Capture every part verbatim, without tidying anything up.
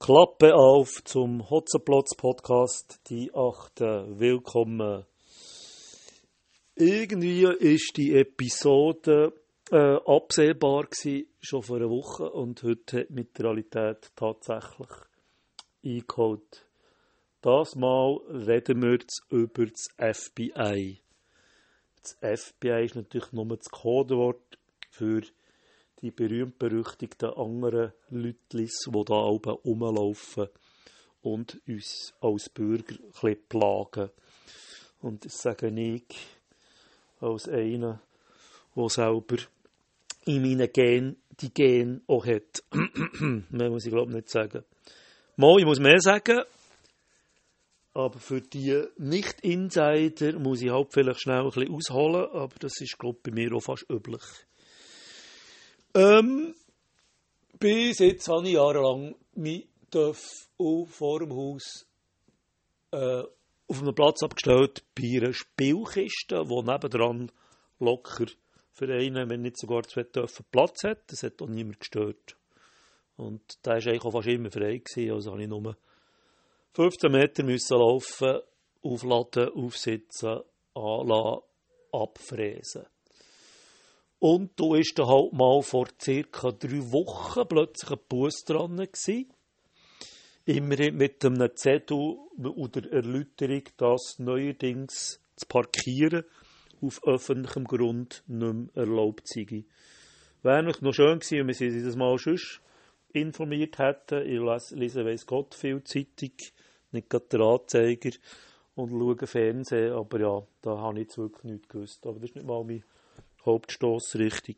Klappe auf zum Hotzenplotz-Podcast, die achte. Willkommen. Irgendwie ist die Episode äh, absehbar gewesen, schon vor einer Woche, und heute hat mit der Realität tatsächlich eingeholt. Das Mal reden wir über das F B I. Das F B I ist natürlich nur das Codewort für die berühmt-berüchtigten anderen Lütlis, die da oben rumlaufen und uns als Bürger ein bisschen plagen. Und das sage ich als einer, der selber in meinen Gen die Gene auch hat. Mehr muss ich glaube ich nicht sagen. Mal, ich muss mehr sagen, aber für die Nicht-Insider muss ich halt vielleicht schnell ein bisschen ausholen, aber das ist glaube ich bei mir auch fast üblich. Ähm, bis jetzt habe ich jahrelang mein Töff vor dem Haus äh, auf einem Platz abgestellt bei einer Spielkiste, die nebendran locker für einen, wenn nicht sogar zwei Töpfe Platz hat. Das hat auch niemand gestört. Und der war eigentlich auch fast immer frei gewesen, also habe ich nur fünfzehn Meter müssen laufen, aufladen, aufsitzen, anlassen, abfräsen. Und da war dann halt mal vor circa drei Wochen plötzlich ein Bus dran gewesen. Immerhin mit einem Zettel und der Erläuterung, dass neuerdings das Parkieren auf öffentlichem Grund nicht mehr erlaubt sei. Wäre noch schön gewesen, wenn wir sie das mal schon informiert hätten. Ich lese weiss Gott viel Zeitung, nicht gerade der Anzeiger, und schaue Fernsehen, aber ja, da habe ich jetzt wirklich nichts gewusst. Aber das ist nicht mal mein Hauptstossrichtung.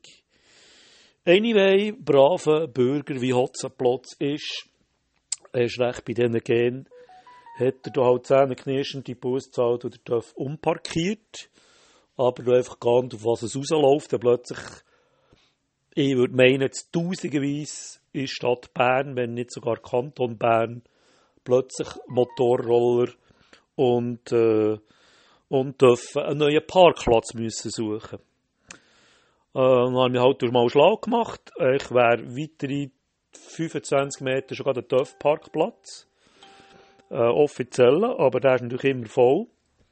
Anyway, brave Bürger wie Hotzenplotz ist, erst recht bei diesen Genen, hat er da halt zähneknirschend die Bus gezahlt und er darf umparkiert, aber da einfach gar nicht, auf was es rausläuft. Dann plötzlich, ich würde meinen, tausenderweise in Stadt Bern, wenn nicht sogar Kanton Bern, plötzlich Motorroller und, äh, und dürfen einen neuen Parkplatz müssen suchen. Äh, dann habe ich halt durch mal Schlag gemacht. Ich wäre weitere fünfundzwanzig Meter schon gerade ein Töff-Parkplatz. Äh, offizieller, aber der ist natürlich immer voll.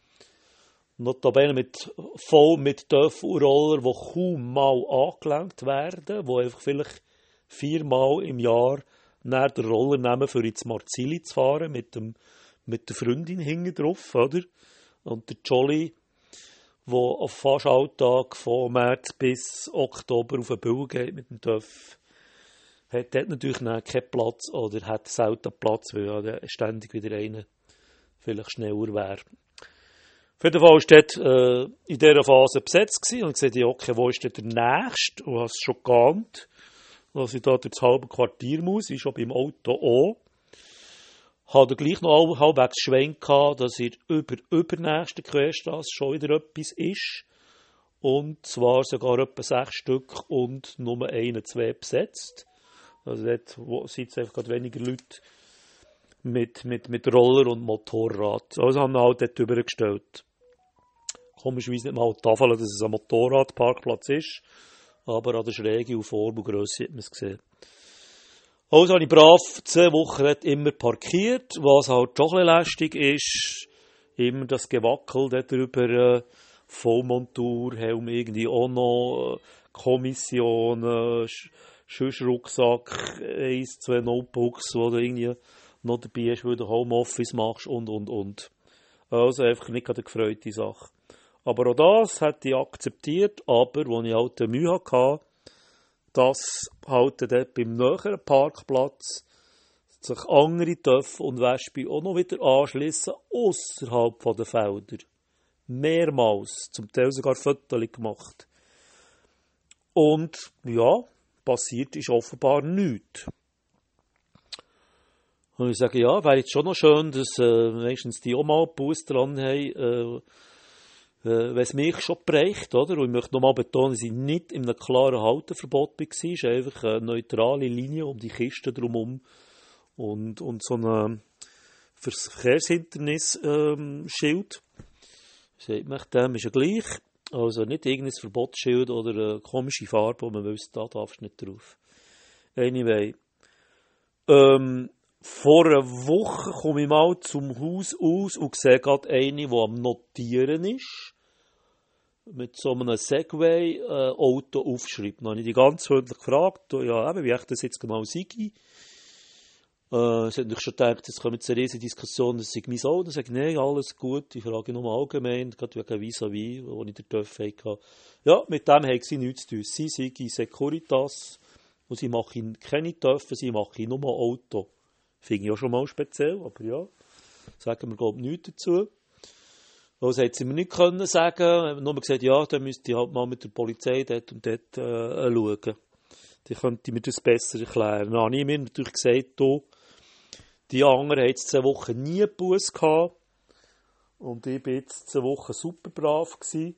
Notabene mit, voll mit Töff und Roller, die kaum mal angelenkt werden, die einfach vielleicht viermal im Jahr nach den Roller nehmen, für ins Marzili zu fahren, mit, dem, mit der Freundin hinten drauf, oder? Und der Jolly, der auf fast Alltag von März bis Oktober auf den Bühne geht mit dem Töff, hat dort natürlich keinen Platz oder hat selten Platz, weil ja ständig wieder einer vielleicht schneller wäre. Auf jeden Fall war dort äh, in dieser Phase besetzt gewesen, und ich dachte, okay, wo ist denn der Nächste? Und habe es schon geahnt, dass ich da durch das halbe Quartier muss, wie schon beim Auto auch. Hatte gleich noch halbwegs Schwenk gehabt, dass ihr über übernächste Querstrasse schon wieder etwas ist. Und zwar sogar etwa sechs Stück und nur eine, zwei besetzt. Also dort sind es einfach weniger Leute mit, mit, mit Roller und Motorrad. Also haben wir halt dort übergestellt. Komischerweise nicht mal die Tafel, dass es ein Motorradparkplatz ist, aber an der Schräge und Form und Grösse hat man es gesehen. Also habe ich brav zwei Wochen immer parkiert, was halt schon ein bisschen lästig ist. Immer das Gewackel darüber, äh, Vollmontur, Helm irgendwie auch noch, äh, Kommission, äh, Sch- Rucksack, eins, zwei Notebooks, wo du irgendwie noch dabei hast, weil du Homeoffice machst und, und, und. Also einfach nicht eine gefreute Sache. Aber auch das hätte ich akzeptiert, aber wo ich halt eine Mühe hatte, dass halt dort beim näheren Parkplatz sich andere Töpfe und Wespen auch noch wieder anschliessen, ausserhalb der Felder. Mehrmals, zum Teil sogar Fotos gemacht. Und ja, passiert ist offenbar nichts. Und ich sage, ja, wäre jetzt schon noch schön, dass äh, meistens die auch mal einen Bus dran haben, äh, Äh, wenn es mich schon bereicht, oder? Und ich möchte nochmal betonen, dass ich nicht in einem klaren Halteverbot war. Es ist einfach eine neutrale Linie um die Kiste drumherum und, und so ein Verkehrshindernis-Schild. Ähm, Sagt man dem, ist ja gleich. Also nicht irgendein Verbotsschild oder eine komische Farbe, wo man wüsste, da darfst du nicht drauf. Anyway. Ähm, Vor einer Woche komme ich mal zum Haus aus und sehe gerade eine, die am Notieren ist. Mit so einem Segway äh, Auto aufschreibt. Dann habe ich die ganz freundlich gefragt, ja, eben, wie ich das jetzt genau sei. Äh, sie hat natürlich schon gedacht, jetzt kommt eine riesige Diskussion, das sei mein Auto. Dann sage ich, nein, alles gut, ich frage nur allgemein, gerade wegen Vis-à-vis, wo ich den Töff hatte. Ja, mit dem haben sie nichts zu tun. Sie sei Securitas und sie machen keine Töpfe, sie machen nur Auto. Finde ich auch schon mal speziell, aber ja, sagen wir, glaube ich, nichts dazu. Also hat sie mir nicht können sagen, nur gesagt, ja, dann müsste ich halt mal mit der Polizei dort und dort äh, schauen. Die könnte mir das besser erklären. Dann habe ich mir natürlich gesagt, du, die anderen haben jetzt zwei Wochen nie Buß gehabt und ich war jetzt zwei Wochen super brav gewesen.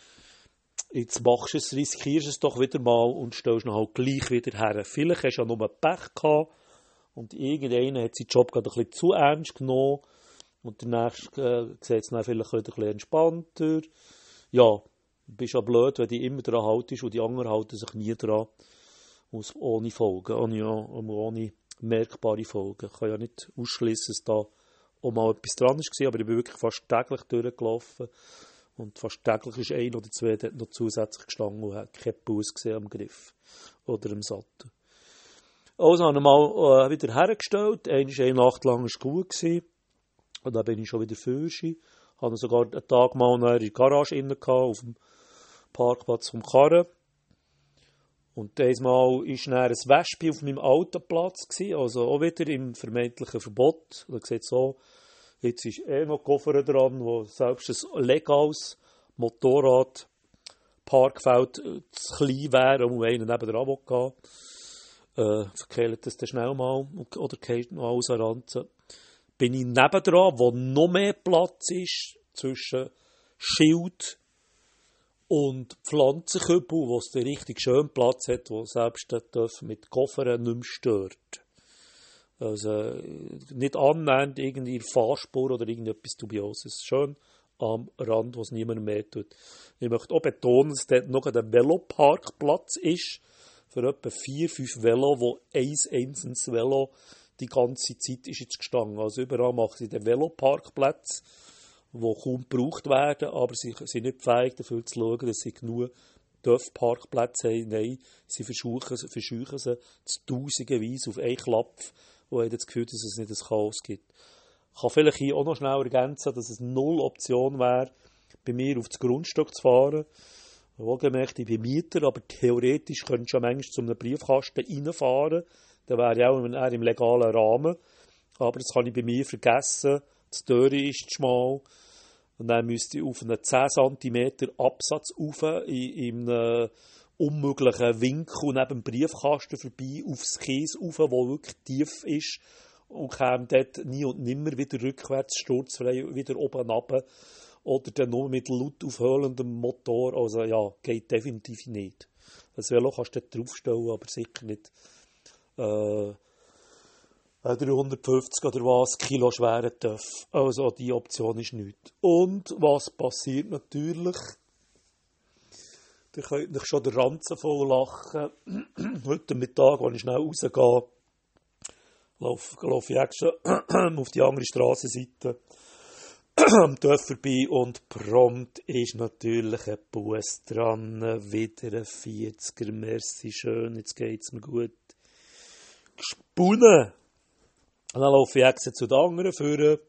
Jetzt machst du es, riskierst du es doch wieder mal und stellst ihn halt gleich wieder her. Vielleicht hast du ja nur Pech gehabt und irgendeiner hat seinen Job gerade ein bisschen zu ernst genommen. Und der nächste äh, sieht es dann vielleicht wieder ein bisschen entspannter. Ja, du bist ja blöd, wenn du immer daran haltest und die anderen halten sich nie daran. Aus, ohne Folgen, ohne, ohne merkbare Folgen. Ich kann ja nicht ausschließen, dass da auch mal etwas dran war, aber ich bin wirklich fast täglich durchgelaufen. Und fast täglich ist ein oder zwei dort noch zusätzlich gestanden und hat keinen Bus gesehen am Griff oder am Sattel. Also habe ich mal äh, wieder hergestellt. Eine Nacht lang war es gut gewesen. Und dann bin ich schon wieder Fürschi. Ich hatte sogar einen Tag mal in der Garage innen gehabt, auf dem Parkplatz vom Karren. Und einmal war dann ein Wespe auf meinem Autoplatz gewesen, also auch wieder im vermeintlichen Verbot. Da sieht so, jetzt ist eh noch Koffer dran, wo selbst ein legales Motorradparkfeld zu klein wäre, um einen nebenan zu gehen. Äh, verkehlt das dann schnell mal oder geht noch alles an Ranzen. Bin ich nebendran, wo noch mehr Platz ist, zwischen Schild und Pflanzenkübel, wo es den richtig schönen Platz hat, wo selbst das mit Koffern nicht mehr stört. Also nicht annähernd irgendwie Fahrspur oder irgendetwas Dubioses. Schön am Rand, wo es niemandem mehr tut. Ich möchte auch betonen, dass dort noch ein Veloparkplatz ist, für etwa vier, fünf Velo, wo ein einzelnes Velo die ganze Zeit ist jetzt gestanden. Also überall machen sie den Veloparkplätze, die kaum gebraucht werden, aber sie sind nicht fähig dafür zu schauen, dass sie genug Parkplätze haben. Nein, sie verscheuchen, verscheuchen sie zu tausendenweise auf einen Klapf, wo haben das Gefühl, dass es nicht ein Chaos gibt. Ich kann vielleicht hier auch noch schnell ergänzen, dass es null Option wäre, bei mir auf das Grundstück zu fahren. Wohlgemerkt, ich bin Mieter, aber theoretisch könntest du ja manchmal zu einem Briefkasten reinfahren. Dann wäre ja auch eher im legalen Rahmen. Aber das kann ich bei mir vergessen. Die Tür ist schmal. Und dann müsste ich auf einen zehn Zentimeter Absatz rauf, in, in einem unmöglichen Winkel neben dem Briefkasten vorbei, aufs Kies rauf, wo wirklich tief ist. Und käme dort nie und nimmer wieder rückwärts, sturzfrei, wieder oben runter. Oder dann nur mit laut aufhöhlendem Motor. Also ja, geht definitiv nicht. Das Velo kannst du dort draufstellen, aber sicher nicht äh, dreihundertfünfzig oder was Kilo schweren Töff. Also die Option ist nichts. Und was passiert natürlich? Ihr könnt euch schon den Ranzen voll lachen. Heute Mittag, als ich schnell rausgehe, laufe, laufe ich extra auf die andere Strassenseite am Töff vorbei und prompt ist natürlich ein Bus dran. Wieder ein vierziger. Merci schön, jetzt geht's mir gut. Gespunnen. Und dann laufe ich extra zu den anderen führen.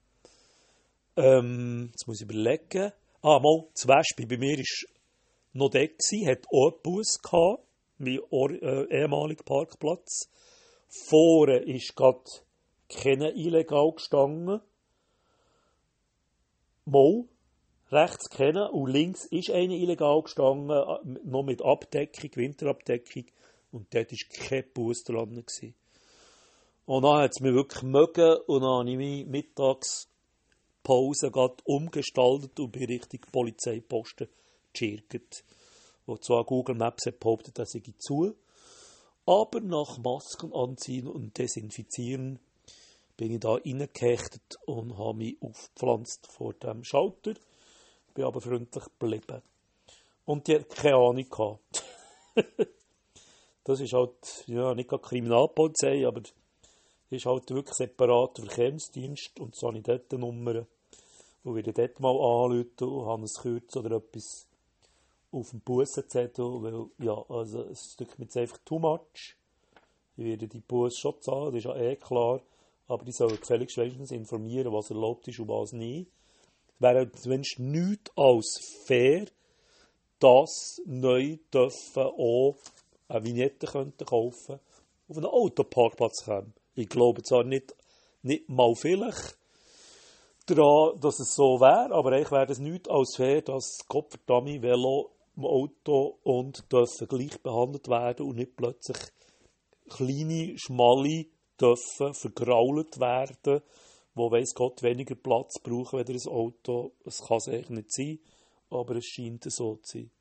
Ähm, jetzt muss ich überlegen. Ah, mal, das Wespe bei mir war noch da, hat auch einen Bus gehabt, mein äh, ehemaliger Parkplatz. Vorne ist gerade keiner illegal gestanden. Mal, rechts kennen und links ist einer illegal gestanden, noch mit Abdeckung, Winterabdeckung. Und dort war kein Bus dran gewesen. Und dann hat es mich wirklich mögen und dann habe ich meine Mittagspause gerade umgestaltet und bin Richtung Polizeiposten geschirrt. Wo zwar Google Maps hat behauptet, dass ich zu, aber nach Masken anziehen und desinfizieren bin ich da reingehechtet und habe mich aufgepflanzt vor dem Schalter. Bin aber freundlich geblieben. Und die hat keine Ahnung gehabt. Das ist halt, ja, nicht gerade Kriminalpolizei, aber ist halt wirklich separater Verkehrsdienst und Sanitätennummern. Und werde dort mal anrufen und habe ein Kürz oder etwas auf dem Bussenzettel, weil, ja, also es ist mir jetzt einfach too much. Ich werde die Busse schon zahlen, das ist ja eh klar, aber die sollen gefälligst wenigstens informieren, was erlaubt ist und was nicht. Es wäre zumindest nichts als fair, dass neu dürfen auch eine Vignette könnten kaufen auf einen Autoparkplatz kommen. Ich glaube zwar nicht, nicht mal vielleicht daran, dass es so wäre, aber eigentlich wäre es nichts als fair, dass Gottverdammt Velo im Auto und dürfen gleich behandelt werden und nicht plötzlich kleine, schmale dürfen vergrault werden, wo weiss Gott weniger Platz brauchen als ein Auto. Das kann es eigentlich nicht sein, aber es scheint so zu sein.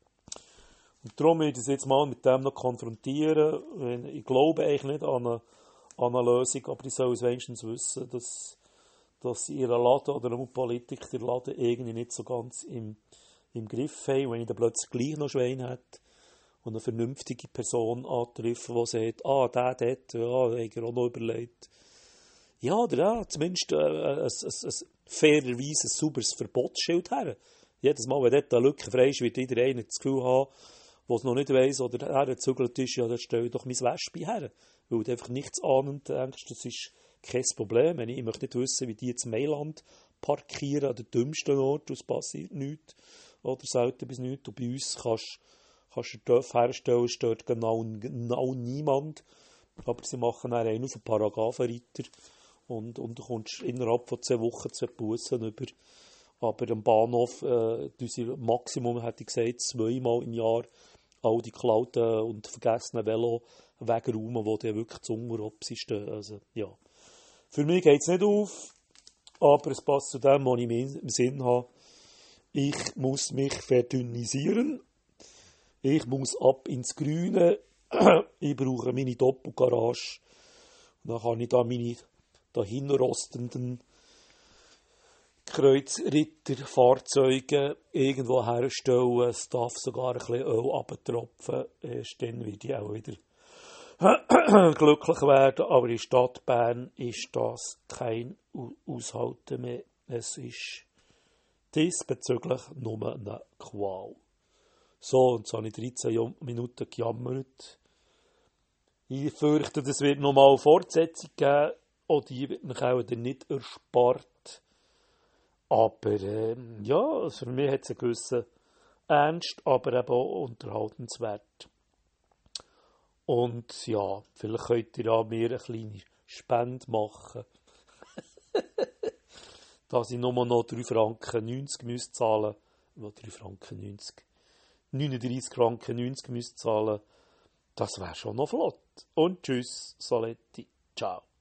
Und darum will ich das jetzt mal mit dem noch konfrontieren. Ich glaube eigentlich nicht an eine, an eine Lösung, aber ich soll es wenigstens wissen, dass, dass ihre Laden oder auch Politik der Laden irgendwie nicht so ganz im, im Griff haben. Wenn ich dann plötzlich gleich noch Schwein hätte und eine vernünftige Person antreffen, die sagt, ah, der dort, ja, habe ich auch noch überlegt. Ja, oder ja, zumindest äh, ein, ein, ein fairerweise ein sauberes Verbotsschild her. Jedes Mal, wenn dort eine Lücke frei ist, wird jeder einer das Gefühl haben, der es noch nicht weiss oder hergezügelt ist, ja, dann stelle ich doch mein Wespe her. Weil du einfach nichts ahnend denkst, das ist kein Problem. Ich möchte nicht wissen, wie die jetzt Mailand parkieren, an den dümmsten Ort, es passiert nichts. Oder selten bis nichts. Und bei uns kannst kannst du den Dörf herstellen, stört genau, genau niemand. Aber sie machen dann einen auf einen Paragraphenreiter und, und du kommst innerhalb von zwei Wochen zwei Bussen über. Aber am Bahnhof, äh, unser Maximum, hätte ich gesagt, zweimal im Jahr all die geklauten und vergessenen Velo wegräumen, die dann wirklich zum Ungeropsi stehen. Also, ja. Für mich geht es nicht auf, aber es passt zu dem, was ich im Sinn habe. Ich muss mich verdünnisieren. Ich muss ab ins Grüne. Ich brauche meine Doppelgarage. Und dann kann ich da meine dahin rostenden Kreuzritterfahrzeuge irgendwo herstellen. Es darf sogar ein bisschen Öl abtropfen. Erst dann werde ich auch wieder glücklich werden. Aber in der Stadt Bern ist das kein Aushalten mehr. Es ist diesbezüglich nur eine Qual. So, und so habe ich dreizehn Minuten gejammert. Ich fürchte, es wird nochmal eine Fortsetzung geben. Und die wird mich auch nicht erspart. Aber ähm, ja, für mich hat es einen gewissen Ernst, aber eben auch unterhaltenswert. Und ja, vielleicht könnt ihr an mir eine kleine Spende machen. Dass ich nur noch drei Franken neunzig müsste zahlen. Wo drei Franken neunzig? neununddreissig Franken neunzig müsste zahlen. Das wäre schon noch flott. Und tschüss, Saletti. Ciao.